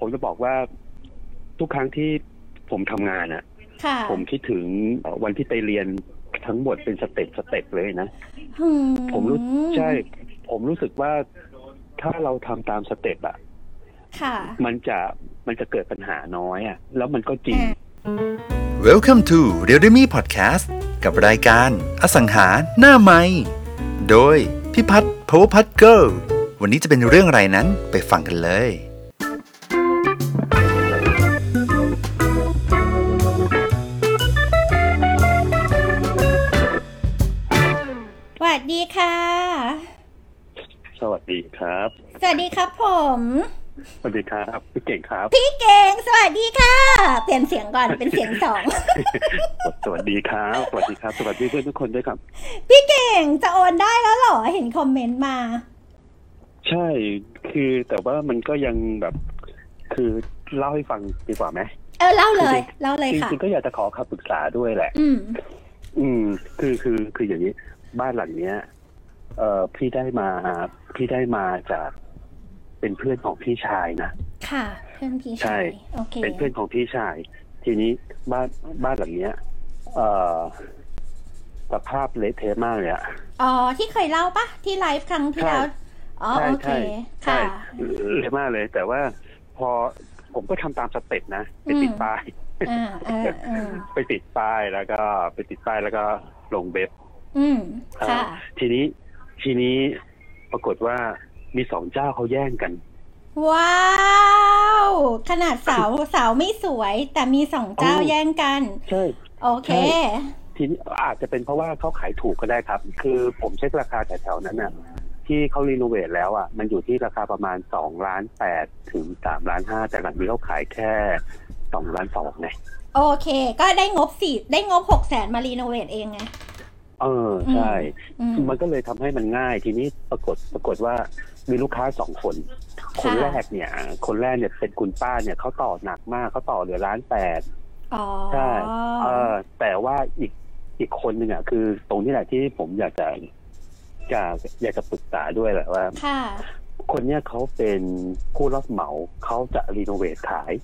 ผมจะบอกว่าทุกครั้งที่ผมทำงานอ่ะผมคิดถึงวันที่ไปเรียนทั้งหมดเป็นสเต็ปเลยนะผมรู้สึกว่าถ้าเราทำตามสเต็ปอ่ะมันจะเกิดปัญหาน้อยอ่ะแล้วมันก็จริง Welcome to Realme Podcast กับรายการอสังหาหน้าไมค์โดยพี่พัฒน์ Power Pad Girl วันนี้จะเป็นเรื่องอะไรนั้นไปฟังกันเลยสวัสดีค่ะสวัสดีครับสวัสดีครับผมสวัสดีครับพี่เก่งครับพี่เก่งสวัสดีค่ะเปลี่ยนเสียงก่อนเป็นเสียงสองสวัสดีครับสวัสดีครับสวัสดีเพื่อนทุกคนด้วยครับพี่เก่งจะโอนได้แล้วเหรอเห็นคอมเมนต์มาใช่คือแต่ว่ามันก็ยังแบบคือเล่าให้ฟังดีกว่าไหมเล่าเลยค่ะจริงๆก็อยากจะขอคำปรึกษาด้วยแหละคืออย่างนี้บ้านหลังเนี้ยพี่ได้มาจากเป็นเพื่อนของพี่ชายนะค่ะเพื่อนพี่ชายโอเคเป็นเพื่อนของพี่ชายทีนี้บ้านหลังเนี้ยสภาพเละเทะมากเลยอ่ะที่เคยเล่าปะที่ไลฟ์ครั้งที่แล้วโอเคค่ะเละมากเลยแต่ว่าพอผมก็ทำตามสเต็ปนะไปติดป้ายไปติดป้ายแล้วก็ลงเว็บค่ะทีนี้ปรากฏว่ามี2เจ้าเขาแย่งกันว้าวขนาดสาวไม่สวยแต่มี2เจ้าแย่งกันใช่โอเคทีนี้อาจจะเป็นเพราะว่าเขาขายถูกก็ได้ครับคือผมเช็คราคาแถวๆนั้นน่ะที่เขารีโนเวทแล้วอ่ะมันอยู่ที่ราคาประมาณ2.8 ถึง3.5 แต่หลังนี้เขาขายแค่2.2 ไงโอเคก็ได้งบ600,000มารีโนเวทเองไงใช่มันก็เลยทำให้มันง่ายทีนี้ปรากฏว่ามีลูกค้า2 คนคนแรกเนี่ยเป็นคุณป้าเนี่ยเขาต่อหนักมากเขาต่อเหลือ1.8 ใช่แต่ว่าอีกคนนึงอ่ะคือตรงนี้แหละที่ผมอยากจะปรึกษาด้วยแหละว่าคนเนี้ยเขาเป็นผู้รับเหมาเขาจะรีโนเวทขาย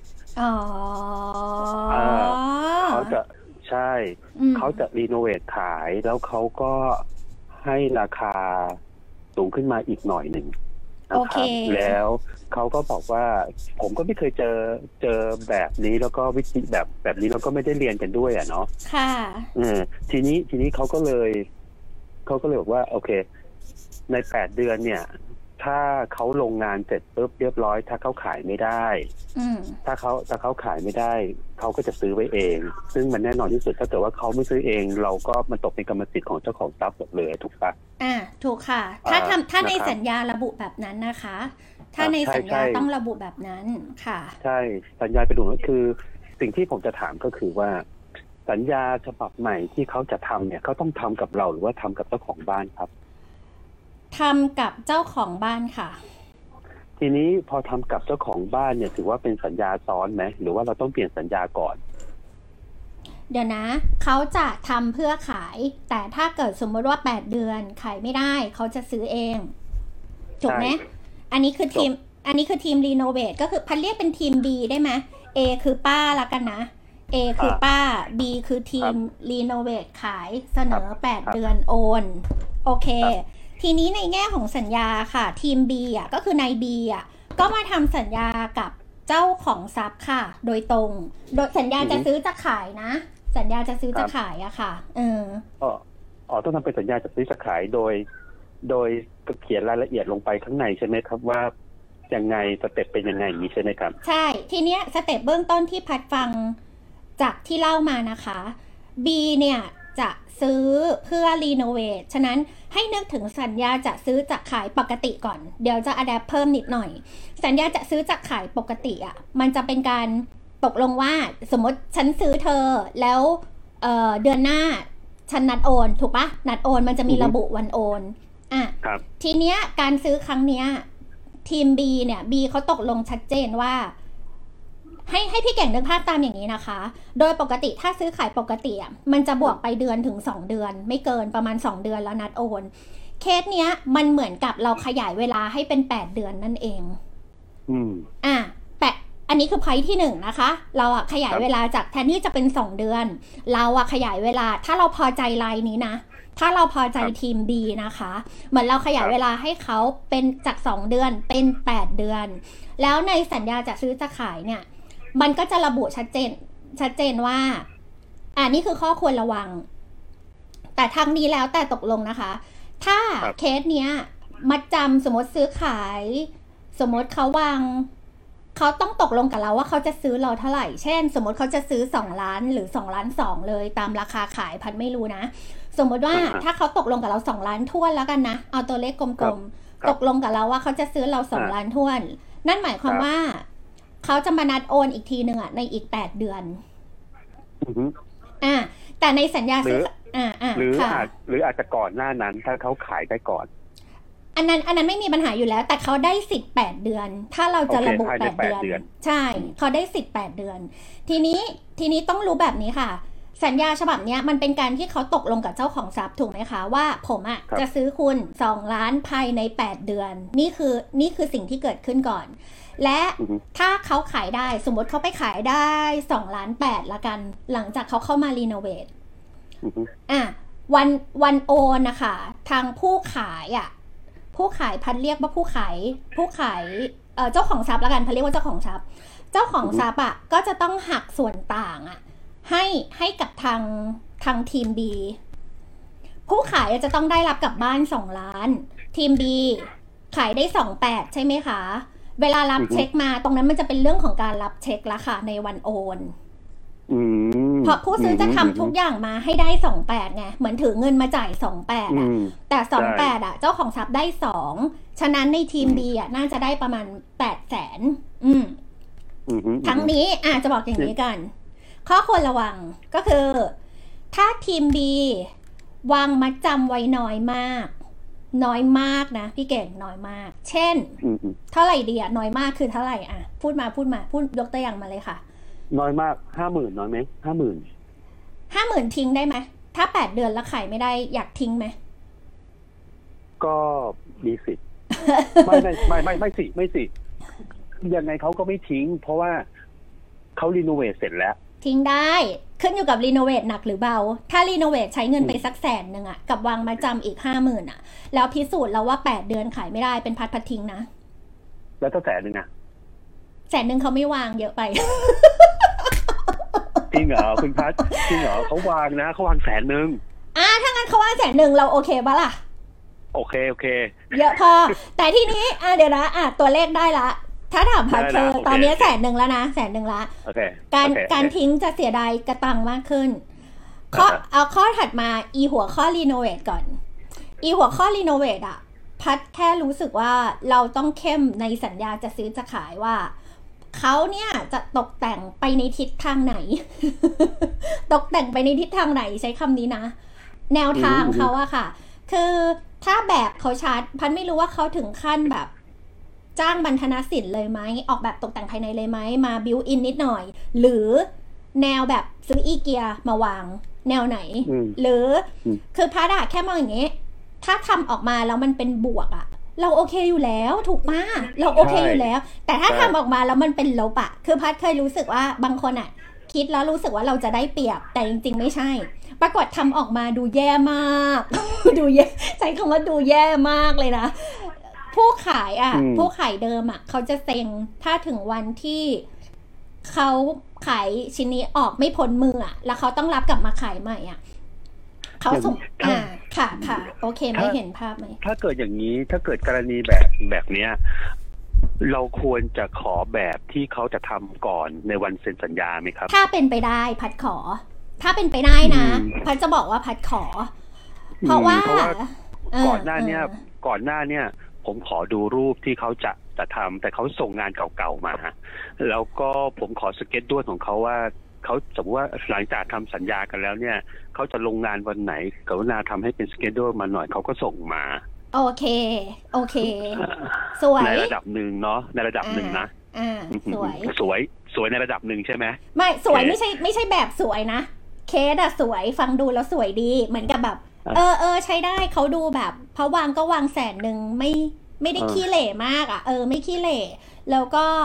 เขาจะใช่เขาจะรีโนเวทขายแล้วเขาก็ให้ราคาสูงขึ้นมาอีกหน่อยหนึ่งนะครับแล้วเขาก็บอกว่าผมก็ไม่เคยเจอแบบนี้แล้วก็วิธีแบบนี้เราก็ไม่ได้เรียนกันด้วยอ่ะเนาะค่ะทีนี้เขาก็เลยบอกว่าโอเคใน8 เดือนเนี่ยถ้าเขาลงงานเสร็จปุ๊บเรียบร้อยถ้าเขาขายไม่ได้ถ้าเขาขายไม่ได้เขาก็จะซื้อไว้เองซึ่งมันแน่นอนที่สุดถ้าเกิดว่าเขาไม่ซื้อเองเราก็มันตกเป็นกรรมสิทธิ์ของเจ้าของทรัพย์หมดเลยถูกปะถูกค่ะถ้าในสัญญาระบุแบบนั้นนะคะถ้าในสัญญาต้องระบุแบบนั้นค่ะใช่สัญญาเป็นหลักก็คือสิ่งที่ผมจะถามก็คือว่าสัญญาฉบับใหม่ที่เขาจะทำเนี่ยเขาต้องทำกับเราหรือว่าทำกับเจ้าของบ้านครับทำกับเจ้าของบ้านค่ะทีนี้พอทำกับเจ้าของบ้านเนี่ยถือว่าเป็นสัญญาซ้อนไหมหรือว่าเราต้องเปลี่ยนสัญญาก่อนเดี๋ยวนะเขาจะทำเพื่อขายแต่ถ้าเกิดสมมติว่า8 เดือนขายไม่ได้เขาจะซื้อเองถูกไหมอันนี้คือทีมรีโนเวทก็คือพันเรียกเป็นทีม B ได้ไหม A คือป้าละกันนะ A คือป้า B คือทีมรีโนเวทขายเสนอ8 เดือนโอนโอเคทีนี้ในแง่ของสัญญาค่ะทีม B อ่ะก็คือนาย B อ่ะก็มาทำสัญญากับเจ้าของทรัพย์ค่ะโดยตรงโดยสัญญาจะซื้อจะขายนะสัญญาจะซื้อจะขายอะค่ะต้องทำเป็นสัญญาจะซื้อจะขายโดยเขียนรายละเอียดลงไปข้างในใช่ไหมครับว่ายังไงสเต็ปเป็นยังไงอย่างนี้ใช่ไหมครับใช่ทีเนี้ยสเต็ปเบื้องต้นที่พัดฟังจากที่เล่ามานะคะ B เนี่ยจะซื้อเพื่อรีโนเวทฉะนั้นให้นึกถึงสัญญาจะซื้อจะขายปกติก่อนเดี๋ยวจะอะแดปเพิ่มนิดหน่อยสัญญาจะซื้อจะขายปกติอ่ะมันจะเป็นการตกลงว่าสมมติฉันซื้อเธอแล้วเดือนหน้าฉันนัดโอนถูกปะนัดโอนมันจะมีระบุวันโอนทีเนี้ยการซื้อครั้งเนี้ยทีม B เนี่ย B เขาตกลงชัดเจนว่าให้พี่เก่งนึกภาพตามอย่างนี้นะคะโดยปกติถ้าซื้อขายปกติอ่ะมันจะบวกไปเดือนถึง2 เดือนไม่เกินประมาณ2 เดือนแล้วนัดโอนเคสเนี้ยมันเหมือนกับเราขยายเวลาให้เป็น8 เดือนนั่นเองอันนี้คือ point ที่1นะคะเราอะขยายเวลาจากแทนที่จะเป็น2เดือนเราอะขยายเวลาถ้าเราพอใจรายนี้นะถ้าเราพอใจทีม B นะคะเหมือนเราขยายเวลาให้เขาเป็นจาก2เดือนเป็น8เดือนแล้วในสัญญาจะซื้อจะขายเนี่ยมันก็จะระบุชัดเจนว่านี่คือข้อควรระวังแต่ทั้งนี้แล้วแต่ตกลงนะคะถ้าเคสเนี้ยมัดจำสมมติซื้อขายสมมติเขาต้องตกลงกับเราว่าเขาจะซื้อเราเท่าไหร่เช่นสมมติเขาจะซื้อ2ล้านหรือ2ล้าน2เลยตามราคาขายพันไม่รู้นะสมมติว่าถ้าเขาตกลงกับเรา2ล้านท้วนแล้วกันนะเอาตัวเลขกลมๆตกลงกับเราว่าเขาจะซื้อเรา2ล้านท้วนนั่นหมายความว่าเขาจะมานัดโอนอีกทีนึงในอีก8เดือนแต่ในสัญญาซื้อหรืออาจจะก่อนหน้านั้นถ้าเขาขายได้ก่อนอันนั้นไม่มีปัญหาอยู่แล้วแต่เขาได้สิทธิ์8เดือนถ้าเราจะระบุ8เดือนใช่เขาได้สิทธิ์8เดือนทีนี้ต้องรู้แบบนี้ค่ะสัญญาฉบับนี้มันเป็นการที่เขาตกลงกับเจ้าของทรัพย์ถูกไหมคะว่าผมจะซื้อคุณ2ล้านภายใน8เดือนนี่คือสิ่งที่เกิดขึ้นก่อนและถ้าเขาขายได้สมมติเขาไปขายได้2ล้าน8ละกันหลังจากเขาเข้ามารีโนเวทวันโอนนะคะทางผู้ขายพันเรียกว่าผู้ขายเจ้าของทรัพย์ละกันพันเรียกว่าเจ้าของทรัพย์ก็จะต้องหักส่วนต่างให้กับทางทีม B ผู้ขายจะต้องได้รับกลับบ้าน2ล้านทีม B ขายได้28ใช่ไหมคะเวลารับเช็คมาตรงนั้นมันจะเป็นเรื่องของการรับเช็คละค่ะในวันโอนเพราะผู้ซื้อจะทำทุกอย่างมาให้ได้28ไงเหมือนถือเงินมาจ่าย28แต่28เจ้าของทรัพย์ได้2ฉะนั้นในทีม B น่าจะได้ประมาณ800,000ทั้งนี้จะบอกอย่างนี้กันข้อควรระวังก็คือถ้าทีม B วางมัดจำไว้น้อยมากนะพี่เก่งน้อยมากเช่นเท่าไหร่ดีน้อยมากคือเท่าไหร่พูดยกตัวอย่างมาเลยค่ะน้อยมาก 50,000 น้อยไหม 50,000 ทิ้งได้ไหมถ้า8เดือนแล้วขายไม่ได้อยากทิ้งไหมก็มีสิทธิ์ ไม่สิยังไงเขาก็ไม่ทิ้งเพราะว่าเขารีโนเวทเสร็จแล้วทิ้งได้ขึ้นอยู่กับรีโนเวทหนักหรือเบาถ้ารีโนเวทใช้เงินไปสัก100,000กับวางมาจำอีก50,000แล้วพิสูจน์แล้วว่า8เดือนขายไม่ได้เป็นพัดทิ้งนะแล้วถ้า100,000นะ 100,000เขาไม่วางเยอะไปจริงเหรอคุณพัดจริงเหรอเขาวางนะเขาวาง100,000 ถ้างั้นเขาวาง100,000เราโอเคปะล่ะโอเคเยอะพอแต่ทีนี้เดี๋ยวนะตัวเลขได้ละถ้าถามพัดตอนนี้100,000แล้วนะ100,000ละการทิ้งจะเสียดายกระตังมากขึ้นเอาข้อถัดมาหัวข้อรีโนเวทก่อนหัวข้อรีโนเวทพัดแค่รู้สึกว่าเราต้องเข้มในสัญญาจะซื้อจะขายว่าเขาเนี่ยจะตกแต่งไปในทิศทางไหน ตกแต่งไปในทิศทางไหนใช้คำนี้นะแนวทางเขาค่ะคือถ้าแบบเขาชัดพัดไม่รู้ว่าเขาถึงขั้นแบบจ้างบรรณาศิลป์เลยไหมออกแบบตกแต่งภายในเลยไหมมาบิวอินนิดหน่อยหรือแนวแบบซื้ออีเกียมาวางแนวไหนหรือคือพัดแค่มองอย่างงี้ถ้าทำออกมาแล้วมันเป็นบวกเราโอเคอยู่แล้วถูกมากเราโอเคอยู่แล้วแต่ถ้าทำออกมาแล้วมันเป็นลบคือพัดเคยรู้สึกว่าบางคนคิดแล้วรู้สึกว่าเราจะได้เปรียบแต่จริงๆไม่ใช่ปรากฏทำออกมาดูแย่มาก ดูแย่ใช้คำว่าดูแย่มากเลยนะผู้ขายเดิมเขาจะเซ็งถ้าถึงวันที่เขาขายชิ้นนี้ออกไม่พ้นมือแล้วเขาต้องรับกลับมาขายใหม่เขาส่งค่ะโอเคไม่เห็นภาพไหมถ้าเกิดอย่างนี้ถ้าเกิดกรณีแบบเนี้ยเราควรจะขอแบบที่เขาจะทำก่อนในวันเซ็นสัญญาไหมครับถ้าเป็นไปได้พัดขอถ้าเป็นไปได้นะพัดจะบอกว่าพัดขอเพราะว่าก่อนหน้าเนี้ยผมขอดูรูปที่เขาจะทำแต่เขาส่งงานเก่าๆมาแล้วก็ผมขอสเก็ตด้วยของเขาว่าเขาสมมติว่าหลังจากทำสัญญากันแล้วเนี่ยเขาจะลงงานวันไหนกรุณาทำให้เป็นสเก็ตด้วยมาหน่อยเขาก็ส่งมาโอเคสวยในระดับหนึ่งเนาะในระดับหนึ่งนะสวยในระดับหนึ่งใช่ไหมไม่สวยไม่ใช่แบบสวยนะเคสสวยฟังดูแล้วสวยดีเหมือนกับแบบใช้ได้เขาดูแบบเพราะวางก็วาง100,000ไม่ได้ขี้เหร่มากไม่ขี้เหร่แล้วก็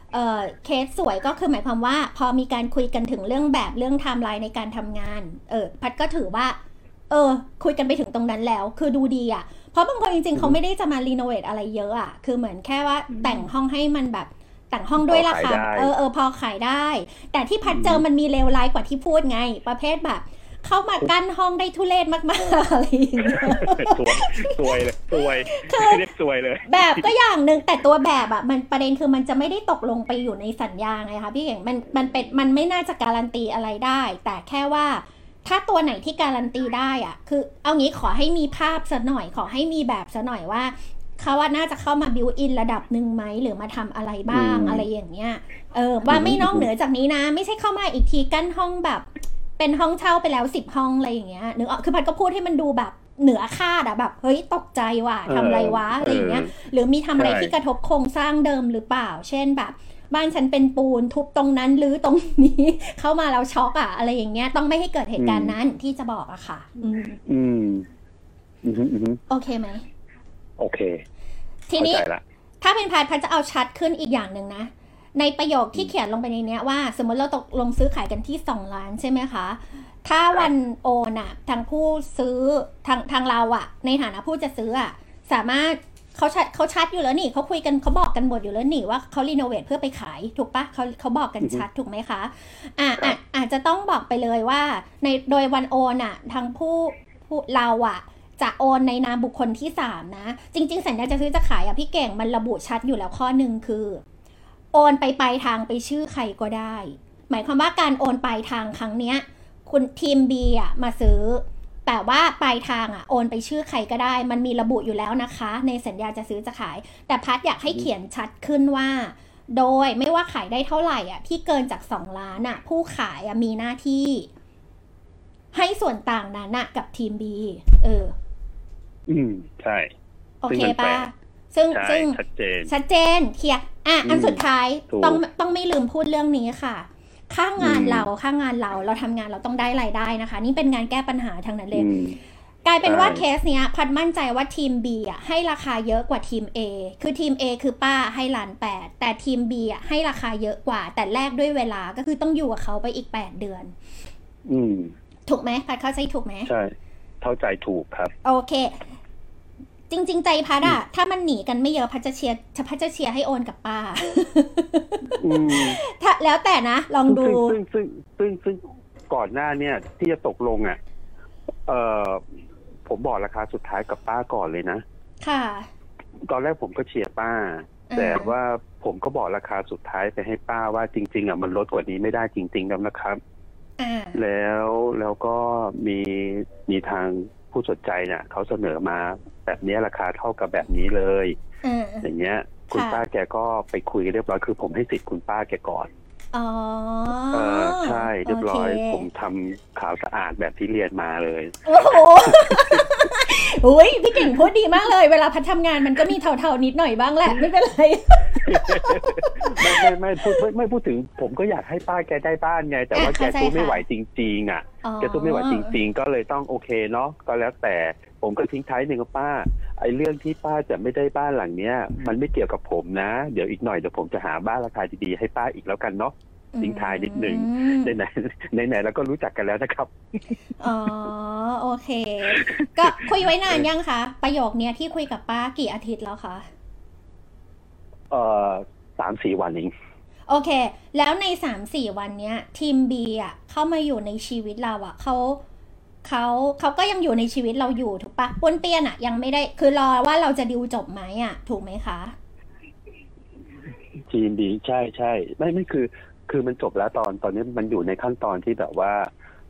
เคสสวยก็คือหมายความว่าพอมีการคุยกันถึงเรื่องแบบเรื่องไทม์ไลน์ในการทำงานพัดก็ถือว่าคุยกันไปถึงตรงนั้นแล้วคือดูดีอ่ะเพราะบางคนจริงๆเขาไม่ได้จะมารีโนเวทอะไรเยอะอ่ะคือเหมือนแค่ว่าแต่งห้องให้มันแบบแต่งห้องด้วยราคาพอขายได้แต่ที่พัดเจอมันมีเลวร้ายกว่าที่พูดไงประเภทแบบเข้ามากั้นห้องได้ทุเรศมากๆอะไรอย่างเงี้ยสวยเลยสวยเรียกสวยเลยแบบก็อย่างนึงแต่ตัวแบบอ่ะมันประเด็นคือมันจะไม่ได้ตกลงไปอยู่ในสัญญาไงคะพี่เก่งมันไม่น่าจะการันตีอะไรได้แต่แค่ว่าถ้าตัวไหนที่การันตีได้อ่ะคือเอางี้ขอให้มีภาพซะหน่อยขอให้มีแบบซะหน่อยว่าเขาว่าน่าจะเข้ามาบิวอินระดับหนึ่งไหมหรือมาทำอะไรบ้างอะไรอย่างเงี้ยว่าไม่นอกเหนือจากนี้นะไม่ใช่เข้ามาอีกทีกั้นห้องแบบเป็นห้องเช่าไปแล้ว10ห้องอะไรอย่างเงี้ยนึกออกคือพัดก็พูดให้มันดูแบบเหนือคาดอะแบบเฮ้ยตกใจว่ะทำอะไรวะอะไรอย่างเงี้ยหรือมีทำอะไรที่กระทบโครงสร้างเดิมหรือเปล่าเช่นแบบบ้านฉันเป็นปูนทุบตรงนั้นหรือตรงนี้เข้ามาแล้วช็อกอะอะไรอย่างเงี้ยต้องไม่ให้เกิดเหตุการณ์นั้นที่จะบอกอะค่ะโอเคไหมโอเคทีนี้ถ้าเป็นพัดจะเอาชัดขึ้นอีกอย่างหนึ่งนะในประโยคที่เขียนลงไปในนี้ว่าสมมติเราตกลงซื้อขายกันที่2 ล้านใช่ไหมคะถ้าวันโอนอ่ะทางผู้ซื้อทางเราอ่ะในฐานะผู้จะซื้ออ่ะสามารถเขาชัดอยู่แล้วนี่เขาคุยกันเขาบอกกันหมดอยู่แล้วนี่ว่าเขารีโนเวทเพื่อไปขายถูกปะเขาบอกกันชัดถูกไหมคะอาจจะต้องบอกไปเลยว่าในโดยวันโอนอ่ะทางผู้เราอ่ะจะโอนในนามบุคคลที่3นะจริงๆสัญญาจะซื้อจะขายอ่ะพี่เก่งมันระบุชัดอยู่แล้วข้อหนึ่งคือโอนไปปลายทางไปชื่อใครก็ได้หมายความว่าการโอนปลายทางครั้งเนี้ยคุณทีม B อ่ะมาซื้อแต่ว่าปลายทางอ่ะโอนไปชื่อใครก็ได้มันมีระบุอยู่แล้วนะคะในสัญญาจะซื้อจะขายแต่พัดอยากให้เขียนชัดขึ้นว่าโดยไม่ว่าขายได้เท่าไหร่อ่ะที่เกินจาก2 ล้านอ่ะผู้ขายอ่ะมีหน้าที่ให้ส่วนต่างนั้นอ่ะกับทีม B ใช่โอเคป่ะซึ่งชัดเจนเคลียร์อันสุดท้ายต้องไม่ลืมพูดเรื่องนี้ค่ะค่างานเราทำงานเราต้องได้รายได้นะคะนี่เป็นงานแก้ปัญหาทางนั้นเลยกลายเป็นว่าเคสเนี้ยพัดมั่นใจว่าทีม B อ่ะให้ราคาเยอะกว่าทีม A คือทีม A คือป้าให้1,800,000แต่ทีม B อ่ะให้ราคาเยอะกว่าแต่แลกด้วยเวลาก็คือต้องอยู่กับเขาไปอีก8 เดือนถูกไหมพัดเข้าใจถูกไหมใช่เข้าใจถูกครับโอเคจริงๆใจพัดอะถ้ามันหนีกันไม่เยอะพัดจะเชียร์ให้โอนกับป้าถ้าแล้วแต่นะลองดูซึ่งก่อนหน้าเนี่ยที่จะตกลงอะผมบอกราคาสุดท้ายกับป้าก่อนเลยนะค่ะตอนแรกผมก็เชียร์ป้าแต่ว่าผมก็บอกราคาสุดท้ายไปให้ป้าว่าจริงๆอะมันลดกว่านี้ไม่ได้จริงๆแล้วนะครับแล้วก็มีทางผู้สนใจเนี่ยเขาเสนอมาแบบนี้ราคาเท่ากับแบบนี้เลยอย่างเงี้ยคุณป้าแกก็ไปคุยเรียบร้อยคือผมให้สิทธิ์คุณป้าแกก่อนใช่เรียบร้อยผมทำข่าวสะอาดแบบที่เรียนมาเลยโอ้โหอุ้ยพี่เก่งพูดดีมากเลยเวลาพัดทำงานมันก็มีเท่าๆนิดหน่อยบ้างแหละไม่เป็นไรไม่พูดถึงผมก็อยากให้ป้าแกได้บ้านไงแต่ว่าแกสู้ไม่ไหวจริงๆอ่ะแกสู้ไม่ไหวจริงๆก็เลยต้องโอเคเนาะก็แล้วแต่ผมก็ทิ้งท้ายหนึ่งกับป้าไอ้เรื่องที่ป้าจะไม่ได้บ้านหลังเนี้ยมันไม่เกี่ยวกับผมนะเดี๋ยวอีกหน่อยเดี๋ยวผมจะหาบ้านราคาดีๆให้ป้าอีกแล้วกันเนาะทิ้งท้ายนิดหนึ่งไหนแล้วก็รู้จักกันแล้วนะครับอ๋อโอเคก็คุยไว้นานยังคะประโยคเนี้ยที่คุยกับป้ากี่อาทิตย์แล้วคะ 3-4 วันเองโอเคแล้วใน 3-4 วันเนี้ยทีม B อ่ะเข้ามาอยู่ในชีวิตเราอ่ะเขาก็ยังอยู่ในชีวิตเราอยู่ถูกปะป้วนเปี้ยนอ่ะยังไม่ได้คือรอว่าเราจะดิวจบไหมอ่ะถูกไหมคะทีม B ใช่ไม่คือมันจบแล้วตอนนี้มันอยู่ในขั้นตอนที่แบบว่า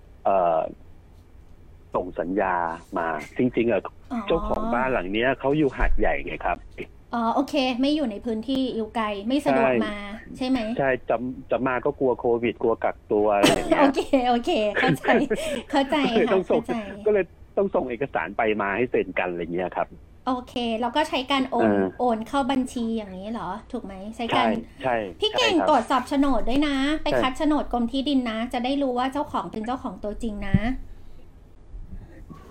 ส่งสัญญามาจริงๆเจ้าของบ้านหลังนี้เขาอยู่หาดใหญ่ไงครับโอเคไม่อยู่ในพื้นที่อยู่ไกลไม่สะดวกมาใช่ไหมใช่จะมาก็กลัวโควิดกลัวกักตัวอะไรอย่างเงี้ยโอเคเข้าใจค่ะก็เลยต้องส่งเอกสารไปมาให้เซ็นกันอะไรเงี้ยครับโอเคแล้วก็ใช้การโอนเข้าบัญชีอย่างนี้เหรอถูกไหมใช้การใช่พี่เก่งตรวจสอบโฉนดด้วยนะไปคัดโฉนดกรมที่ดินนะจะได้รู้ว่าเจ้าของเป็นเจ้าของตัวจริงนะ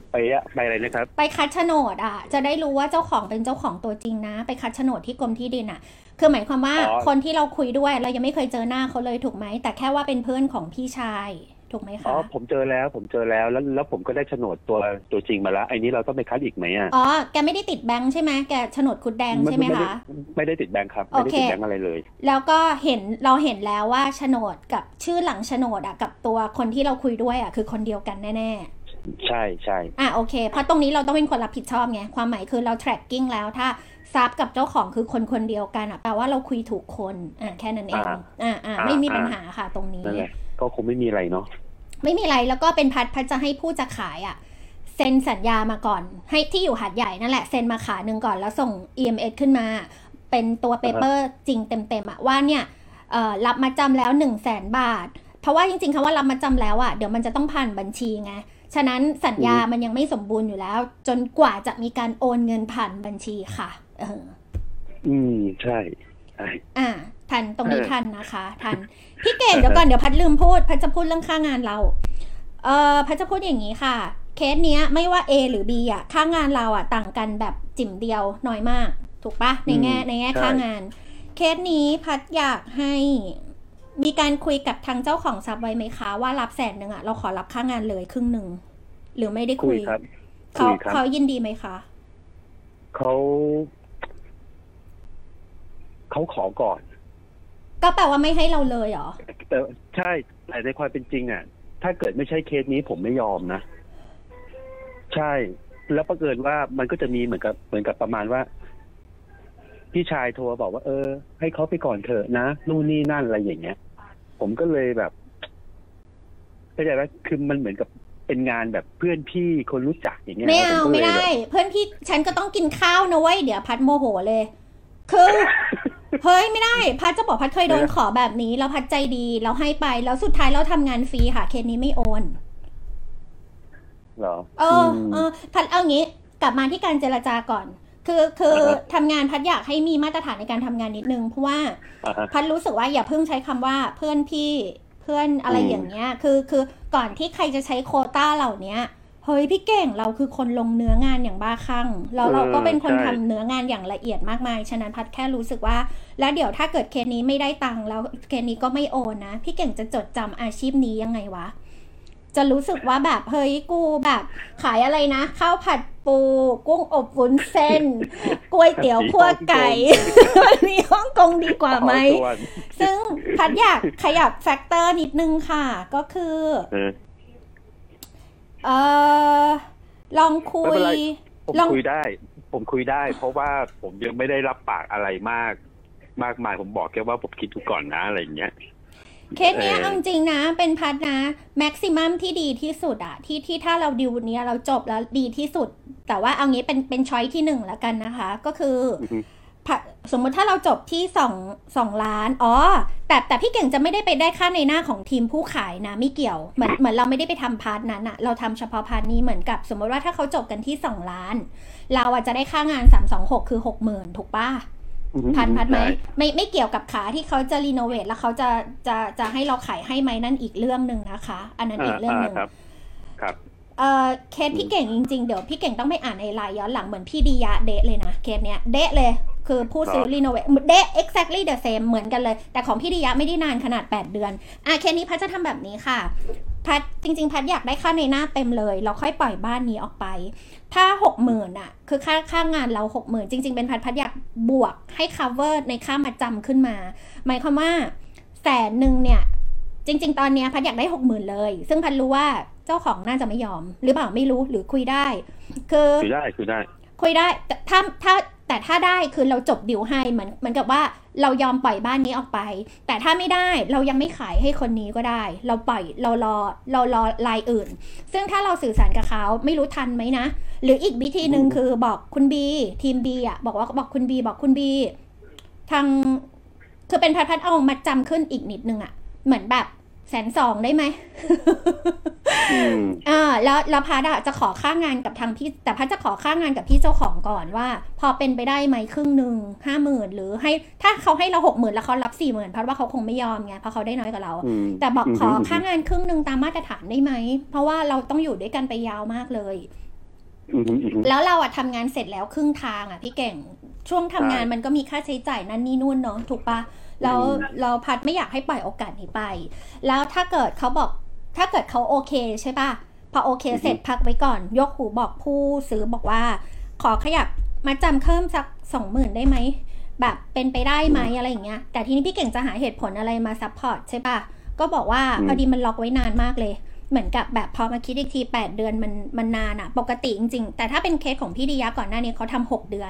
ไปอะไรนะครับไปคัดโฉนดอ่ะจะได้รู้ว่าเจ้าของเป็นเจ้าของตัวจริงนะไปคัดโฉนดที่กรมที่ดินอ่ะคือหมายความว่าคนที่เราคุยด้วยเรายังไม่เคยเจอหน้าเขาเลยถูกไหมแต่แค่ว่าเป็นเพื่อนของพี่ชายถูกไหมคะผมเจอแล้วแล้วผมก็ได้โฉนดตัวจริงมาแล้วไอ้นี้เราต้องไปคัดอีกไหมอ๋อแกไม่ได้ติดแบงค์ใช่ไหมแกโฉนดคุดแดงใช่ไหมคะไม่ได้ติดแบงค์ครับไม่ได้ติดแบงค์อะไรเลยแล้วก็เราเห็นแล้วว่าโฉนดกับชื่อหลังโฉนดอ่ะกับตัวคนที่เราคุยด้วยอ่ะคือคนเดียวกันแน่ๆใช่โอเคเพราะตรงนี้เราต้องเป็นคนรับผิดชอบไงความหมายคือเรา tracking แล้วถ้าทรัพย์กับเจ้าของคือคนเดียวกันอ่ะแปลว่าเราคุยถูกคนแค่นั้นเองไม่มีปัญหาค่ะตรงนี้ก็คงไม่มีอะไรเนาะไม่มีอะไรแล้วก็เป็นพัดจะให้ผู้จะขายอ่ะเซ็นสัญญามาก่อนให้ที่อยู่หาดใหญ่นั่นแหละเซ็นมาขาหนึ่งก่อนแล้วส่ง EMS ขึ้นมาเป็นตัวเปเปอร์จริงเต็มๆอ่ะว่าเนี่ยรับมาจำแล้ว 100,000 บาทเพราะว่าจริงๆคำว่ารับมาจำแล้วอ่ะเดี๋ยวมันจะต้องผ่านบัญชีไงฉะนั้นสัญญามันยังไม่สมบูรณ์อยู่แล้วจนกว่าจะมีการโอนเงินผ่านบัญชีค่ะใช่ทันตรงนี้ทันนะคะทันพี่เก่งเดี๋ยวก่อนเดี๋ยวพัดลืมพูดพัดจะพูดเรื่องค่างานเราพัดจะพูดอย่างนี้ค่ะเคสเนี้ยไม่ว่า A หรือ B อ่ะค่างานเราอ่ะต่างกันแบบจิ๋มเดียวน้อยมากถูกปะในแง่ค่างานเคสนี้พัดอยากให้มีการคุยกับทางเจ้าของทรัพย์ไว้ไหมคะว่ารับ100,000อ่ะเราขอรับค่างานเลยครึ่งนึงหรือไม่ได้คุยเขายินดีไหมคะเขาขอก่อนก็แปลว่าไม่ให้เราเลยเหรอแต่ใช่แต่ในความเป็นจริงอ่ะถ้าเกิดไม่ใช่เคสนี้ผมไม่ยอมนะใช่แล้วประเกิดว่ามันก็จะมีเหมือนกับประมาณว่าพี่ชายโทรบอกว่าให้เขาไปก่อนเถอะนะนู่นนี่นั่นอะไรอย่างเงี้ยผมก็เลยแบบเข้าใจไหมคือมันเหมือนกับเป็นงานแบบเพื่อนพี่คนรู้จักอย่างเงี้ยไม่ได้เพื่อนพี่ฉันก็ต้องกินข้าวนะเว้ยเดี๋ยวพัดโมโหเลยคือเฮ้ยไม่ได้พัดจะบอกพัดเคยโดนขอแบบนี้แล้วพัดใจดีแล้วให้ไปแล้วสุดท้ายเราทำงานฟรีค่ะเคสนี้ไม่โอนเหรอพัดเอางี้กลับมาที่การเจรจาก่อนคือทำงานพัดอยากให้มีมาตรฐานในการทำงานนิดนึงเพราะว่าพัดรู้สึกว่าอย่าเพิ่งใช้คำว่าเพื่อนพี่เพื่อนอะไรอย่างเงี้ยคือก่อนที่ใครจะใช้โควต้าเหล่านี้เฮ้ยพี่เก่งเราคือคนลงเนื้องานอย่างบ้าคลั่งแล้วเราก็เป็นคนทำเนื้องานอย่างละเอียดมากมายฉะนั้นพัดแค่รู้สึกว่าแล้วเดี๋ยวถ้าเกิดเคสนี้ไม่ได้ตังค์แล้วเคสนี้ก็ไม่โอนนะพี่เก่งจะจดจำอาชีพนี้ยังไงวะจะรู้สึกว่าแบบเฮ้ยกูแบบขายอะไรนะข้าวผัดปูกุ้งอบวุ้นเส้นก๋วยเตี๋ยวคั่วไก่มีฮ่องกงดีกว่าไหมซึ่งพัดอยากขยับแฟกเตอร์นิดนึงค่ะก็คือลองคุยผมคุยได้เพราะว่าผมยังไม่ได้รับปากอะไรมากมายผมบอกแค่ว่าผมคิดดูก่อนนะอะไรอย่างเงี้ยเคสนี้เอาจริงนะเป็นพัดนะแม็กซิมัมที่ดีที่สุดอะที่ถ้าเราดิวนี้เราจบแล้วดีที่สุดแต่ว่าเอางี้เป็นช้อยที่1แล้วกันนะคะก็คือสมมติถ้าเราจบที่2 ล้านแต่พี่เก่งจะไม่ได้ไปได้ค่าในหน้าของทีมผู้ขายนะไม่เกี่ยวเหมือนเราไม่ได้ไปทำพาร์ทนั้นอะเราทำเฉพาะพาร์ทนี้เหมือนกับสมมติว่าถ้าเขาจบกันที่2 ล้านเราจะได้ค่างาน326คือ 60,000 ถูกป่ะพันไหมไม่เกี่ยวกับขาที่เขาจะรีโนเวทแล้วเขาจะให้เราขายให้ไหมนั่นอีกเรื่องนึงนะคะอันนั้นอีกเรื่องนึงครับเคสพี่เก่งจริงๆเดี๋ยวพี่เก่งต้องไปอ่านในไลน์ย้อนหลังเหมือนพี่ดียะเดะเลยนะเคสเนี้ยเดะเลยคือผู้ซื้อรีโนเวทเดะ exactly the same เหมือนกันเลยแต่ของพี่ดียะไม่ได้นานขนาด8 เดือนเคสนี้พัดจะทำแบบนี้ค่ะพัดจริงๆพัดอยากได้ค่าในหน้าเต็มเลยเราค่อยปล่อยบ้านนี้ออกไปถ้า 60,000 อ่ะคือค่างานเรา 60,000 จริงๆเป็นพัดอยากบวกให้ cover ในค่ามาจำขึ้นมาหมายความว่า100,000เนี่ยจริงๆตอนนี้พัดอยากได้ 60,000 เลยซึ่งพัดรู้ว่าเจ้าของน่าจะไม่ยอมหรือเปล่าไม่รู้หรือคุยได้คือคุยได้แต่ถ้าได้คือเราจบดีลให้เหมือนกับว่าเรายอมปล่อยบ้านนี้ออกไปแต่ถ้าไม่ได้เรายังไม่ขายให้คนนี้ก็ได้เราปล่อยเรารอรายอื่นซึ่งถ้าเราสื่อสารกับเขาไม่รู้ทันไหมนะหรืออีกวิธีนึงคือบอกคุณบีทีมบีบอกคุณบีทางคือเป็นพัดเอามาจำขึ้นอีกนิดนึงเหมือนแบบ120,000ได้ไหมแล้วพัดจะขอค่างานกับทางพี่แต่พัดจะขอค่างานกับพี่เจ้าของก่อนว่าพอเป็นไปได้ไหมครึ่งนึง 50,000 หรือให้ถ้าเขาให้เรา 60,000 แล้วเขารับ 40,000 พัดว่าเขาคงไม่ยอมไงเพราะเขาได้น้อยกว่าเราแต่บอกขอค่างานครึ่งนึงตามมาตรฐานได้ไหมเพราะว่าเราต้องอยู่ด้วยกันไปยาวมากเลยแล้วเราอะทำงานเสร็จแล้วครึ่งทางอะพี่เก่งช่วงทำงานมันก็มีค่าใช้จ่ายนั่นนี่นู่นเนาะถูกปะแล้วเราพัดไม่อยากให้ปล่อยโอกาสนี้ไปแล้วถ้าเกิดเขาโอเคใช่ปะพอโอเคเสร็จพักไว้ก่อนยกหูบอกผู้ซื้อบอกว่าขอขยับมาจำเพิ่มสัก 20,000 ได้ไหมแบบเป็นไปได้ไหมอะไรอย่างเงี้ยแต่ทีนี้พี่เก่งจะหาเหตุผลอะไรมาซัพพอร์ตใช่ปะก็บอกว่าพอดีมันล็อกไว้นานมากเลยเหมือนกับแบบพอมาคิดอีกที8 เดือนมันนานอะปกติจริงๆแต่ถ้าเป็นเคสของพี่ดิยะก่อนหน้านี้เขาทำ6 เดือน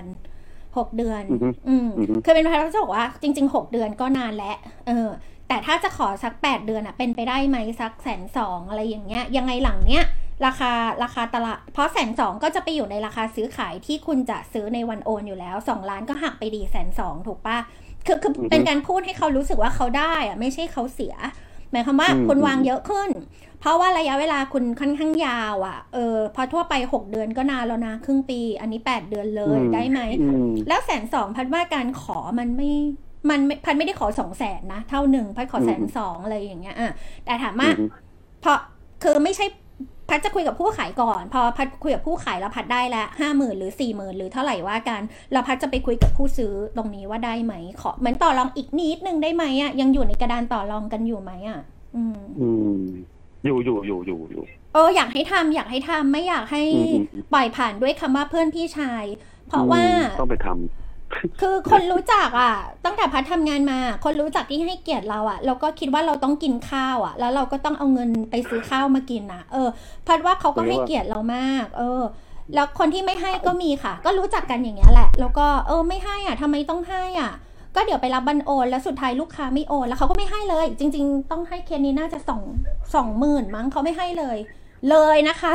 คือเป็นพาร์ทที่บอกว่าจริงๆ6 เดือนก็นานแล้วแต่ถ้าจะขอสัก8 เดือนอะเป็นไปได้ไหมสัก120,000อะไรอย่างเงี้ยยังไงหลังเนี้ยราคาตลาดเพราะ120,000ก็จะไปอยู่ในราคาซื้อขายที่คุณจะซื้อในวันโอนอยู่แล้ว2 ล้านก็หักไปดี120,000ถูกปะคือเป็นการพูดให้เขารู้สึกว่าเขาได้อะไม่ใช่เขาเสียหมายความว่าคุณวางเยอะขึ้นเพราะว่าระยะเวลาคุณค่อนข้างยาวอ่ะพอทั่วไป6 เดือนก็นานแล้วนะครึ่งปีอันนี้8 เดือนเลยได้ไหมแล้ว120,000พัดว่าการขอมันพัดไม่ได้ขอ200,000นะเท่าหนึ่งพัดขอ120,000อะไรอย่างเงี้ยแต่ถามว่าพอคือไม่ใช่พัดจะคุยกับผู้ขายก่อนพอพัดคุยกับผู้ขายแล้วพัดได้ละ50,000หรือ40,000หรือเท่าไหร่ว่ากันแล้วพัดจะไปคุยกับผู้ซื้อตรงนี้ว่าได้ไหมขอเหมือนต่อรองอีกนิดนึงได้ไหมอ่ะยังอยู่ในกระดานต่อรองกันอยู่ไหมอ่ะอยู่อยากให้ทำไม่อยากให้ปล่อยผ่านด้วยคำว่าเพื่อนพี่ชายเพราะว่าต้องไปทำคือคนรู้จักอ่ะตั้งแต่พัดทำงานมาคนรู้จักที่ให้เกียรติเราอ่ะเราก็คิดว่าเราต้องกินข้าวอ่ะแล้วเราก็ต้องเอาเงินไปซื้อข้าวมากินนะพัดว่าเขาก็ให้เกียรติเรามากแล้วคนที่ไม่ให้ก็มีค่ะก็รู้จักกันอย่างเงี้ยแหละแล้วก็ไม่ให้อ่ะทำไมต้องให้อ่ะก็เดี๋ยวไปรับบันโอนแล้วสุดท้ายลูกค้าไม่โอนแล้วเขาก็ไม่ให้เลยจริงๆต้องให้เคสนี้น่าจะ20,000มั้งเขาไม่ให้เลยนะคะ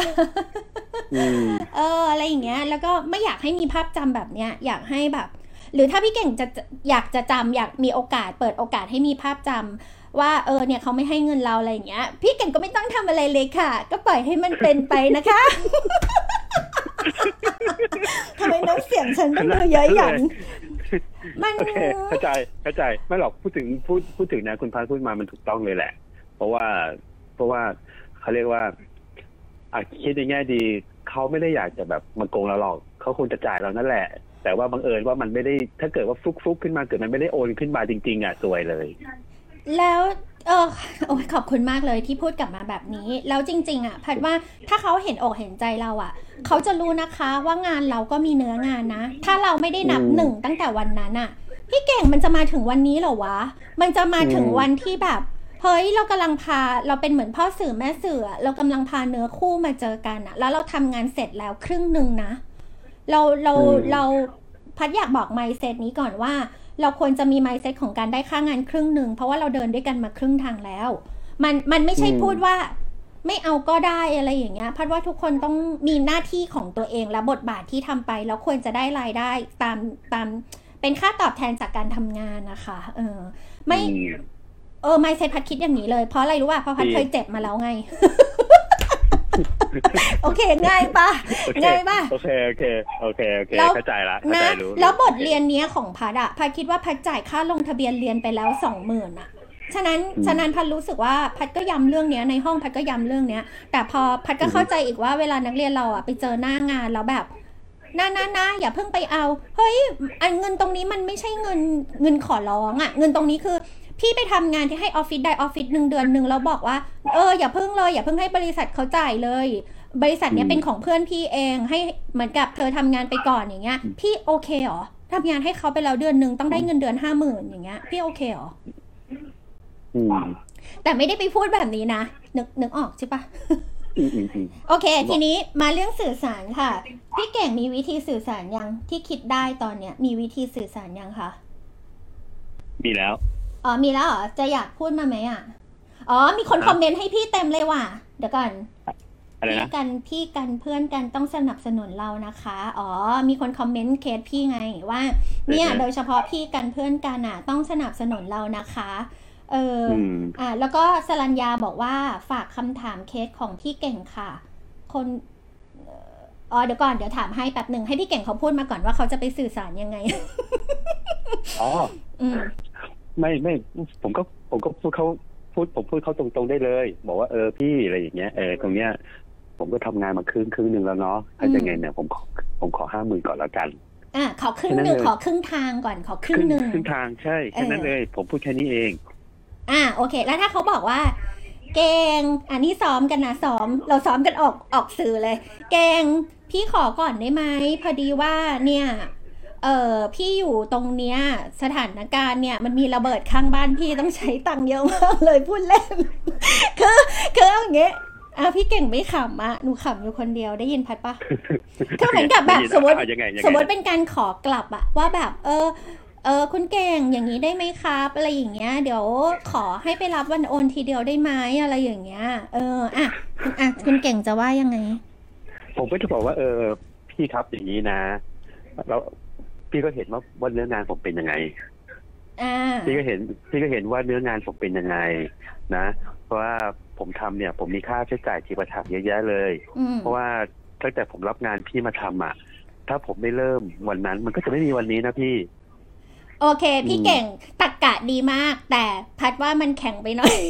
อะไรอย่างเงี้ยแล้วก็ไม่อยากให้มีภาพจำแบบเนี้ยอยากให้แบบหรือถ้าพี่เก่งอยากจะจำอยากมีโอกาสเปิดโอกาสให้มีภาพจำว่าเนี่ยเขาไม่ให้เงินเราอะไรอย่างเงี้ยพี่เก่งก็ไม่ต้องทำอะไรเลยค่ะก็ปล่อยให้มันเป็นไปนะคะ ทำไมน้ำเสียงฉันต้องดูเยอะอย่างมันโอเคเข้าใจไม่หรอกพูดถึงนะคุณพาพูดมามันถูกต้องเลยแหละเพราะว่าเขาเรียกว่าคิดในแง่ดีเขาไม่ได้อยากจะแบบมาโกงเราหรอกเขาคงจะจ่ายเรานั่นแหละแต่ว่าบังเอิญว่ามันไม่ได้ถ้าเกิดว่าฟุกขึ้นมาเกิดมันไม่ได้โอนขึ้นมาจริงๆซวยเลยแล้วโอ้ยขอบคุณมากเลยที่พูดกลับมาแบบนี้แล้วจริงๆพัดว่าถ้าเขาเห็นอกเห็นใจเราเขาจะรู้นะคะว่างานเราก็มีเนื้องานนะถ้าเราไม่ได้นับ1ตั้งแต่วันนั้นพี่เก่งมันจะมาถึงวันนี้เหรอวะมันจะมาถึงวันที่แบบเฮ้ยเรากำลังพาเราเป็นเหมือนพ่อสื่อแม่สื่อเรากำลังพาเนื้อคู่มาเจอกันแล้วเราทำงานเสร็จแล้วครึ่งนึงนะเราพัดอยากบอก mindset นี้ก่อนว่าเราควรจะมี mindset ของการได้ค่างานครึ่งนึงเพราะว่าเราเดินด้วยกันมาครึ่งทางแล้วมันไม่ใช่พูดว่าไม่เอาก็ได้อะไรอย่างเงี้ยพัดว่าทุกคนต้องมีหน้าที่ของตัวเองและบทบาทที่ทำไปแล้วควรจะได้รายได้ตามเป็นค่าตอบแทนจากการทำงานนะคะไม่mindset พัดคิดอย่างนี้เลยเพราะอะไรรู้ป่ะเพราะพัดเคยเจ็บมาแล้วไง โอเคง่ายป่ะโอเคเข้าใจละเข้าใจรู้แล้วบทเรียนนี้ของพัดพัดคิดว่าพัดจ่ายค่าลงทะเบียนเรียนไปแล้ว 20,000ฉะนั้นพัดรู้สึกว่าพัดก็ย้ำเรื่องนี้ในห้องพัดก็ย้ำเรื่องนี้แต่พอพัดก็เข้าใจอีกว่าเวลานักเรียนเราไปเจอหน้างานแล้วแบบนะอย่าเพิ่งไปเอาเฮ้ยเงินตรงนี้มันไม่ใช่เงินขอร้องเงินตรงนี้คือพี่ไปทำงานที่ให้ออฟฟิศใดออฟฟิศ1 เดือนนึงแล้วบอกว่าอย่าเพิ่งให้บริษัทเขาจ่ายเลยบริษัทเนี้ยเป็นของเพื่อนพี่เองให้เหมือนกับเธอทำงานไปก่อนอย่างเงี้ยพี่โอเคหรอทำงานให้เขาไปแล้วเดือนนึงต้องได้เงินเดือน 50,000 อย่างเงี้ยพี่โอเคหรอแต่ไม่ได้ไปพูดแบบนี้นะนึกออกใช่ปะโอเคทีนี้มาเรื่องสื่อสารค่ะพี่เก่งมีวิธีสื่อสารยังที่คิดได้ตอนเนี้ยมีวิธีสื่อสารยังคะมีแล้วมีแล้วเหรอจะอยากพูดมาไหมมีคนคอมเมนต์ให้พี่เต็มเลยว่ะเดี๋ยวก่อนพี่กันเพื่อนกันต้องสนับสนุนเรานะคะมีคนคอมเมนต์เคสพี่ไงว่าเนี่ยโดยเฉพาะพี่กันเพื่อนกันต้องสนับสนุนเรานะคะแล้วก็สรัญญาบอกว่าฝากคำถามเคสของพี่เก่งค่ะคนเดี๋ยวก่อนเดี๋ยวถามให้แป๊บหนึ่งให้พี่เก่งเขาพูดมาก่อนว่าเขาจะไปสื่อสารยังไงไม่ผมก็พูดเขาตรงๆได้เลยบอกว่าพี่อะไรอย่างเงี้ยตรงเนี้ยผผมก็ทำงานมาครึ่งหนึ่งแล้วเนาะถ้าจะไงเนี่ยผมขอ 50,000 ก่อนแล้วกันขอครึ่งหนึ่งขอครึ่งทางก่อนขอครึ่งหนึ่งครึ่งทางใช่แค่นั้นเลยผมพูดแค่นี้เองโอเคแล้วถ้าเขาบอกว่าเก่งอันนี้ซ้อมกันนะเราซ้อมกันออกสื่อเลยเก่งพี่ขอก่อนได้ไหมพอดีว่าเนี่ยพี่อยู่ตรงเนี้ยสถานการณ์เนี่ยมันมีระเบิดข้างบ้านพี่ต้องใช้ตังค์เยอะมากเลยพูดเล่นคืออย่างเงี้ยพี่เก่งไม่ขำหนูขำอยู่คนเดียวได้ยินพัดปะคือเหมือนกับแบบสมมติเป็นการขอกลับว่าแบบคุณเก่งอย่างนี้ได้ไหมครับอะไรอย่างเงี้ยเดี๋ยวขอให้ไปรับวันโอนทีเดียวได้ไหมอะไรอย่างเงี้ยคุณเก่งจะว่ายังไงผมก็จะบอกว่าพี่ครับอย่างนี้นะแล้วพี่ก็เห็นว่าเนื้องานผมเป็นยังไงพี่ก็เห็นว่าเนื้องานผมเป็นยังไงนะเพราะว่าผมทำเนี่ยผมมีค่าใช้จ่ายที่ประทับเยอะแยะเลยเพราะว่าตั้งแต่ผมรับงานพี่มาทำถ้าผมไม่เริ่มวันนั้นมันก็จะไม่มีวันนี้นะพี่โอเคพี่เก่งตรรกะดีมากแต่พัดว่ามันแข็งไปหน่อย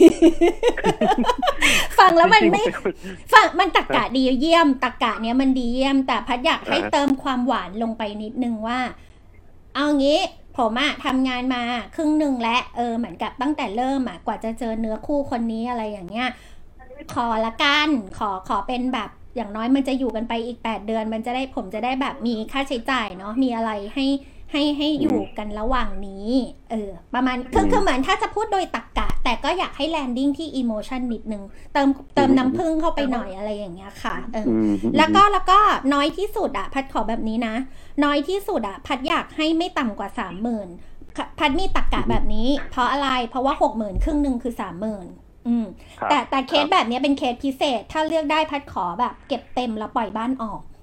ฟังแล้วมันไม่ฟังมันตรรกะดีเยี่ยมตรรกะเนี้ยมันดีเยี่ยมแต่พัดอยากให้เติมความหวานลงไปนิดนึงว่าเอางี้ผมทำงานมาครึ่งนึงและเหมือนกับตั้งแต่เริ่มกว่าจะเจอเนื้อคู่คนนี้อะไรอย่างเงี้ยขอละกันขอเป็นแบบอย่างน้อยมันจะอยู่กันไปอีก8 เดือนมันจะได้ผมจะได้แบบมีค่าใช้จ่ายเนาะมีอะไรให้อยู่กันระหว่างนี้ประมาณคือเหมือนถ้าจะพูดโดยตรรกะแต่ก็อยากให้แลนดิ้งที่อิโมชันนิดนึงเติมน้ำผึ้งเข้าไปหน่อยอะไรอย่างเงี้ยค่ะแล้วก็น้อยที่สุดพัดขอแบบนี้นะน้อยที่สุดพัดอยากให้ไม่ต่ำกว่า 30,000 พัดมีตรรกะแบบนี้เพราะอะไรเพราะว่า 60,000 ครึ่งนึงคือ 30,000แต่เคสแบบนี้เป็นเคสพิเศษถ้าเลือกได้พัดขอแบบเก็บเต็มแล้วปล่อยบ้านออก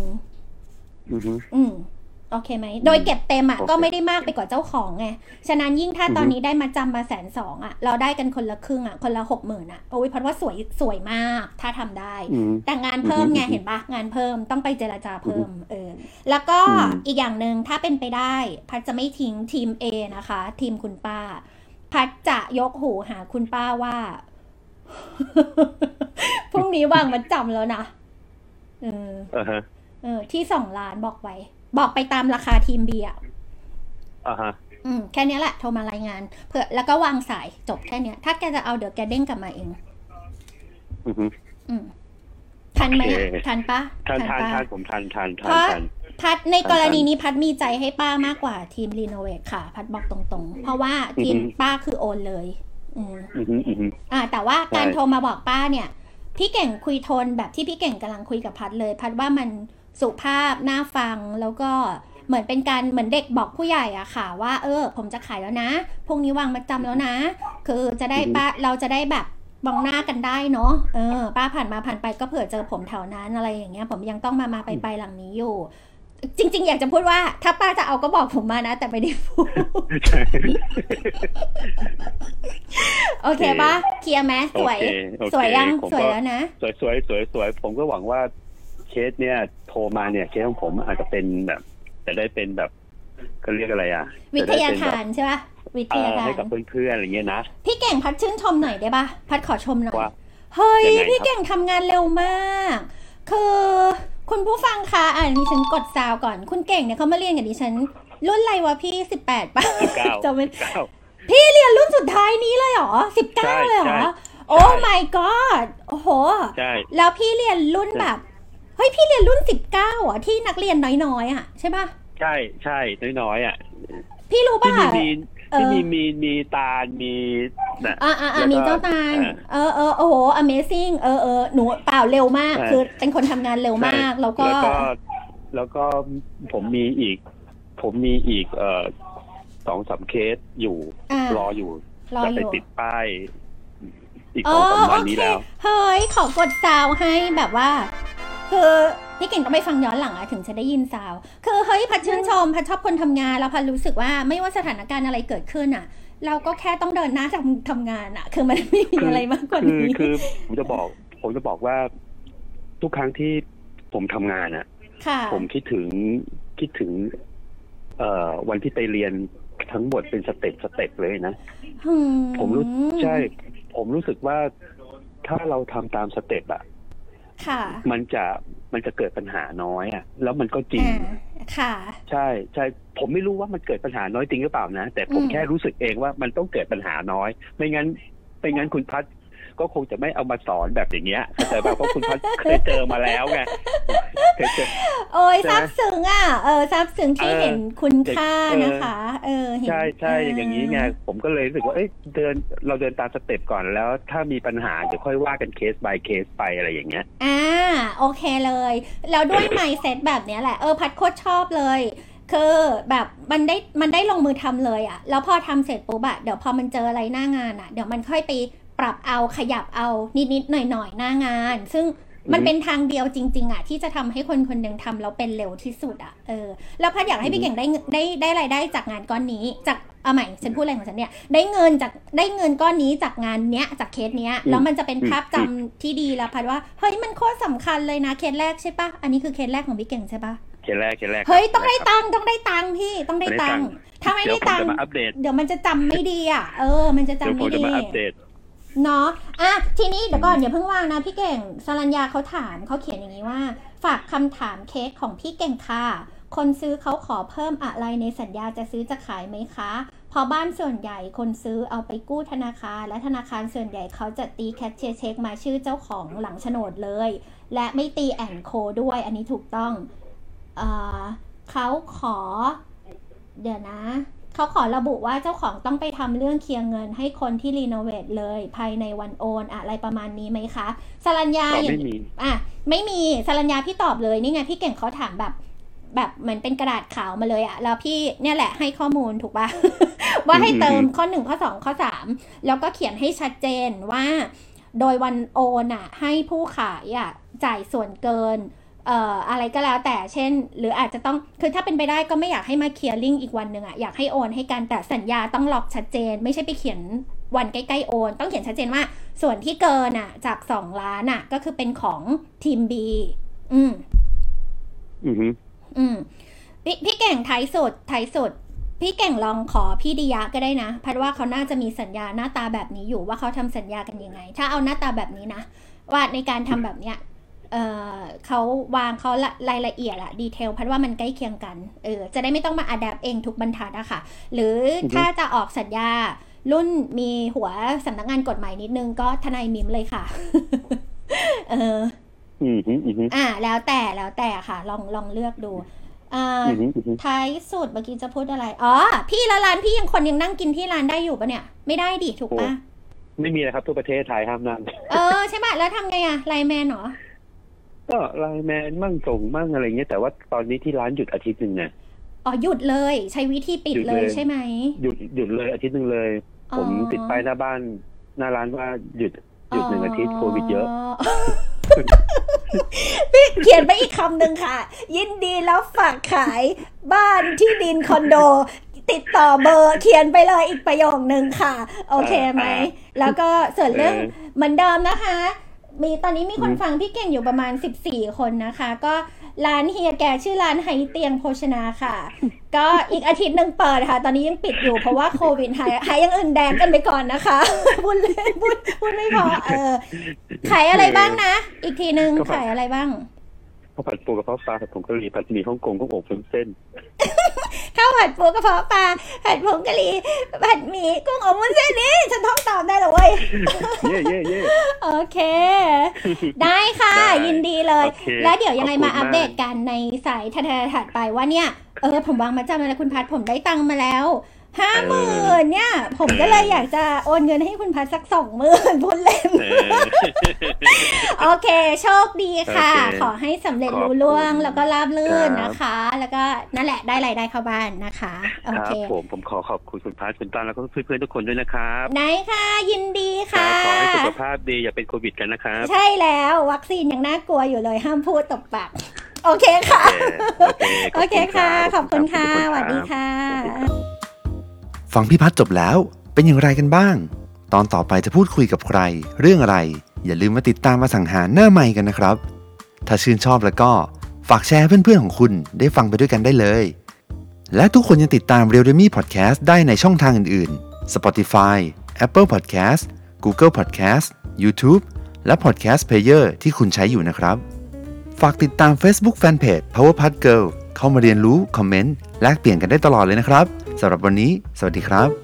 โอเคไหมโดยเก็บเต็มก็ไม่ได้มากไปกว่าเจ้าของไงฉะนั้นยิ่งถ้าตอนนี้ได้มาจำมา120,000เราได้กันคนละครึ่งคนละ 60,000โอ้ยเพราะว่าสวยมากถ้าทำได้แต่งานเพิ่มไงเห็นปะงานเพิ่มต้องไปเจรจาเพิ่มแล้วก็อีกอย่างนึงถ้าเป็นไปได้พัดจะไม่ทิ้งทีม A นะคะทีมคุณป้าพัดจะยกหูหาคุณป้าว่าพรุ่งนี้วางมันจำแล้วนะที่2 ล้านบอกไปตามราคาทีม B แค่นี้แหละโทรมารายงานเพื่อแล้วก็วางสายจบแค่นี้ถ้าแกจะเอาเดี๋ยวแกเด้งกลับมาเองทันไหมทันปะทันผมทันพัดในกรณีนี้พัดมีใจให้ป้ามากกว่าทีมรีโนเวทค่ะพัดบอกตรงๆเพราะว่าทีมป้าคือโอนเลยแต่ว่าการโทรมาบอกป้าเนี่ยพี่เก่งคุยโทนแบบที่พี่เก่งกำลังคุยกับพัดเลยพัดว่ามันสุภาพน่าฟังแล้วก็เหมือนเป็นการเหมือนเด็กบอกผู้ใหญ่ค่ะว่าผมจะขายแล้วนะพรุ่งนี้วางมาจำแล้วนะคือจะได้ป้าเราจะได้แบบมองหน้ากันได้เนาะป้าผ่านมาผ่านไปก็เผื่อเจอผมแถวนั้นอะไรอย่างเงี้ยผมยังต้องมาไปหลังนี้อยู่จริงๆอยากจะพูดว่าถ้าป้าจะเอาก็บอกผมมานะแต่ไม่ได้พูด โอเคป่ะเคลียร์ไหมสวยยังสวยแล้วนะสวยผมก็หวังว่าเคสเนี่ยโทรมาเนี่ยเคสของผมอาจจะเป็นแบบจะได้เป็นแบบเขาเรียกอะไรวิทยาทานใช่ป่ะวิทยาทานให้กับเพื่อนๆอะไรเงี้ยนะพี่เก่งพัดชื่นชมหน่อยได้ป่ะพัดขอชมหน่อยเฮ้ยพี่เก่งทำงานเร็วมากคือคุณผู้ฟังคะดิฉันกดซาวก่อนคุณเก่งเนี่ยเขามาเรียนกับดิฉันรุ่นอะไรวะพี่18ป่ะจะเป็นพี่เรียนรุ่นสุดท้ายนี้เลยเหรอ19เลยเหรอโอ้ my god โอ้โหแล้วพี่เรียนรุ่นแบบเฮ้ยพี่เรียนรุ่น19อ่ะที่นักเรียนน้อยๆใช่ป่ะใช่น้อยพี่รู้ป่ะที่มีตาลมีมีเจ้าตาลโอ้โห amazing หนูเปล่าเร็วมากคือเป็นคนทำงานเร็วมากแล้วก็ผมมีอีก2-3 เคสอยู่รออยู่จะไปติดป้ายอีก2-3 วันนี้แล้วเฮ้ยขอกดซาวให้แบบว่าคือพี่เก่งต้องไปฟังย้อนหลังถึงจะได้ยินซาวคือเฮ้ยพัดชื่นชมพัดชอบคนทำงานแล้วพัดรู้สึกว่าไม่ว่าสถานการณ์อะไรเกิดขึ้นเราก็แค่ต้องเดินหน้าทำงานคือมันไม่มีอะไรมากกว่านี้คือผมจะบอกว่าทุกครั้งที่ผมทำงานผมคิดถึงวันที่ไปเรียนทั้งหมดเป็นสเต็ปเลยนะผมรู้สึกว่าถ้าเราทำตามสเต็ปมันจะเกิดปัญหาน้อยอ่ะแล้วมันก็จริงค่ะใช่ใช่ผมไม่รู้ว่ามันเกิดปัญหาน้อยจริงหรือเปล่านะแต่ผมแค่รู้สึกเองว่ามันต้องเกิดปัญหาน้อยไม่งั้นคุณพัฒก็คงจะไม่เอามาสอนแบบอย่างเงี้ยแต่แบบเพราะคุณพัฒเคยเจอมาแล้วไงโอ้ยซาบซึ้งอ่ะซาบซึ้งที่เห็นคุณค่านะคะใช่ใช่อย่างนี้ไงผมก็เลยรู้สึกว่าเราเดินตามสเต็ปก่อนแล้วถ้ามีปัญหาเดี๋ยวค่อยว่ากันเคส by เคสไปอะไรอย่างเงี้ยโอเคเลยแล้วด้วย mindset แบบนี้แหละพัดโคตรชอบเลยคือแบบมันได้ลงมือทำเลยอ่ะแล้วพอทำเสร็จปุ๊บอะเดี๋ยวพอมันเจออะไรหน้างานอ่ะเดี๋ยวมันค่อยไปปรับเอาขยับเอานิดๆหน่อยๆหน้างานซึ่งมันเป็นทางเดียวจริงๆอ่ะที่จะทำให้คนคนหนึ่งทำแล้วเป็นเร็วที่สุดอ่ะแล้วพัดอยากให้พี่เก่งได้รายได้จากงานก้อนนี้จากใหม่ฉันพูดอะไรของฉันเนี่ยได้เงินก้อนนี้จากงานเนี้ยจากเคสเนี้ยแล้วมันจะเป็นภาพจำที่ดีแล้วพัดว่าเฮ้ยมันโคตรสำคัญเลยนะเคสแรกใช่ปะอันนี้คือเคสแรกของพี่เก่งใช่ปะเคสแรกเฮ้ยต้องได้ตังค์พี่ต้องได้ตังค์ถ้าไม่ได้ตังค์เดี๋ยวมันจะจำไม่ดีอ่ะมันจะจำไม่ดีเนาะทีนี้เดี๋ยวก่อนอย่าเพิ่งวางนะพี่เก่งสรัญญาเขาเขียนอย่างนี้ว่าฝากคำถามเคสของพี่เก่งค่ะคนซื้อเขาขอเพิ่มอะไรในสัญญาจะซื้อจะขายไหมคะพอบ้านส่วนใหญ่คนซื้อเอาไปกู้ธนาคารและธนาคารส่วนใหญ่เขาจะตีแคชเชียร์เช็คมาชื่อเจ้าของหลังโฉนดเลยและไม่ตีแอนโคด้วยอันนี้ถูกต้องเขาขอเดี๋ยวนะเขาขอระบุว่าเจ้าของต้องไปทำเรื่องเคลียร์เงินให้คนที่รีโนเวทเลยภายในวันโอนอะไรประมาณนี้ไหมคะสรัญญาไม่มีสรัญญาพี่ตอบเลยนี่ไงพี่เก่งเขาถามแบบเหมือนเป็นกระดาษขาวมาเลยอะแล้วพี่เนี่ยแหละให้ข้อมูลถูกป่ะ ว่าให้เติมข้อ1ข้อ2ข้อ3แล้วก็เขียนให้ชัดเจนว่าโดยวันโอนอะให้ผู้ขายอะจ่ายส่วนเกินอะไรก็แล้วแต่เช่นหรืออาจจะต้องคือถ้าเป็นไปได้ก็ไม่อยากให้มาเคลียร์ลิงก์อีกวันนึงอะอยากให้โอนให้กันแต่สัญญาต้องล็อกชัดเจนไม่ใช่ไปเขียนวันใกล้ๆโอนต้องเขียนชัดเจนว่าส่วนที่เกินอะจาก2ล้านอะก็คือเป็นของทีม B พี่เก่งท้ายสุดพี่เก่งลองขอพี่ดิยะก็ได้นะพัดว่าเขาน่าจะมีสัญญาหน้าตาแบบนี้อยู่ว่าเขาทำสัญญากันยังไงถ้าเอาหน้าตาแบบนี้นะว่าในการทำแบบเนี้ยเขาวางเขารายละเอียดอะดีเทลพัดว่ามันใกล้เคียงกันจะได้ไม่ต้องมาอะแดปเองทุกบรรทัดอะค่ะหรือถ้าจะออกสัญญารุ่นมีหัวสำนักงานกฎหมายนิดนึงก็ทนายมิมเลยค่ะแล้วแต่ค่ะลองเลือกดูท้ายสุดเมื่อกี้จะพูดอะไรพี่ละร้านพี่ยังนั่งกินที่ร้านได้อยู่ปะเนี่ยไม่ได้ดิถูกปะไม่มีนะครับทั่วประเทศไทยห้ามนั่งใช่ป่ะแล้วทำไงอะไลน์แมนเหรอก็ไลน์แมนมั่งส่งมั่งอะไรเงี้ยแต่ว่าตอนนี้ที่ร้านหยุดอาทิตย์นึงนะหยุดเลยใช้วิธีปิดเลยใช่ไหมหยุดเลยอาทิตย์นึงเลยผมติดป้ายหน้าบ้านหน้าร้านว่าหยุด1 อาทิตย์โควิดเยอะพี่เขียนไปอีกคำหนึ่งค่ะยินดีแล้วฝากขายบ้านที่ดินคอนโดติดต่อเบอร์เขียนไปเลยอีกประโยคนึงค่ะโอเคไหมแล้วก็ส่วนเรื่องเหมือนเดิมนะคะตอนนี้มีคนฟังพี่เก่งอยู่ประมาณ14คนนะคะก็ร้านเฮียแกชื่อร้านไฮเตียงโภชนาค่ะก็อีกอาทิตย์นึงเปิดค่ะตอนนี้ยังปิดอยู่เพราะว่าโควิดหายยังอื่นแดงกันไปก่อนนะคะพูดไม่พอขายอะไรบ้างนะอีกทีนึงขายอะไรบ้างข้าวผัดปูกระเพาะปลาผัดผงกะหรี่ผัดหมี่ฮ่องกงกุ้งอบเส้นข้าวผัดปูกระเพาะปลาผัดผงกะหรี่ผัดหมี่กุ้งอบวุ้นเส้นนี่ฉันท่องตามได้เหรอเว้ยเย่โอเคได้ค่ะยินดีเลยแล้วเดี๋ยวยังไงมาอัปเดตกันในสายถัดไปว่าเนี่ยผมวางมาจำแล้วคุณพัดผมได้ตังค์มาแล้ว50,000เนี่ยผมก็เลยอยากจะโอนเงินให้คุณพัดสัก 20,000 พูดเล่นโอเคโชคดีค่ะขอให้สำเร็จลุล่วงแล้วก็ราบรื่นนะคะแล้วก็นั่นแหละได้รายได้เข้าบ้านนะคะโอเคผมขอขอบคุณคุณพัดคุณตันแล้วก็เพื่อนๆทุกคนด้วยนะครับได้ค่ะยินดีค่ะขอให้สุขภาพดีอย่าเป็นโควิดกันนะครับใช่แล้ววัคซีนยังน่ากลัวอยู่เลยห้ามพูดตบปากโอเคค่ะโอเคค่ะขอบคุณค่ะสวัสดีค่ะฟังพี่พัดจบแล้วเป็นอย่างไรกันบ้างตอนต่อไปจะพูดคุยกับใครเรื่องอะไรอย่าลืมมาติดตามอสังหาหน้าใหม่กันนะครับถ้าชื่นชอบแล้วก็ฝากแชร์เพื่อนๆของคุณได้ฟังไปด้วยกันได้เลยและทุกคนยังติดตาม Realme Podcast ได้ในช่องทางอื่นๆ Spotify Apple Podcast Google Podcast YouTube และ Podcast Player ที่คุณใช้อยู่นะครับฝากติดตาม Facebook Fanpage Powerpuff Girl เข้ามาเรียนรู้คอมเมนต์แลกเปลี่ยนกันได้ตลอดเลยนะครับสำหรับวันนี้สวัสดีครับ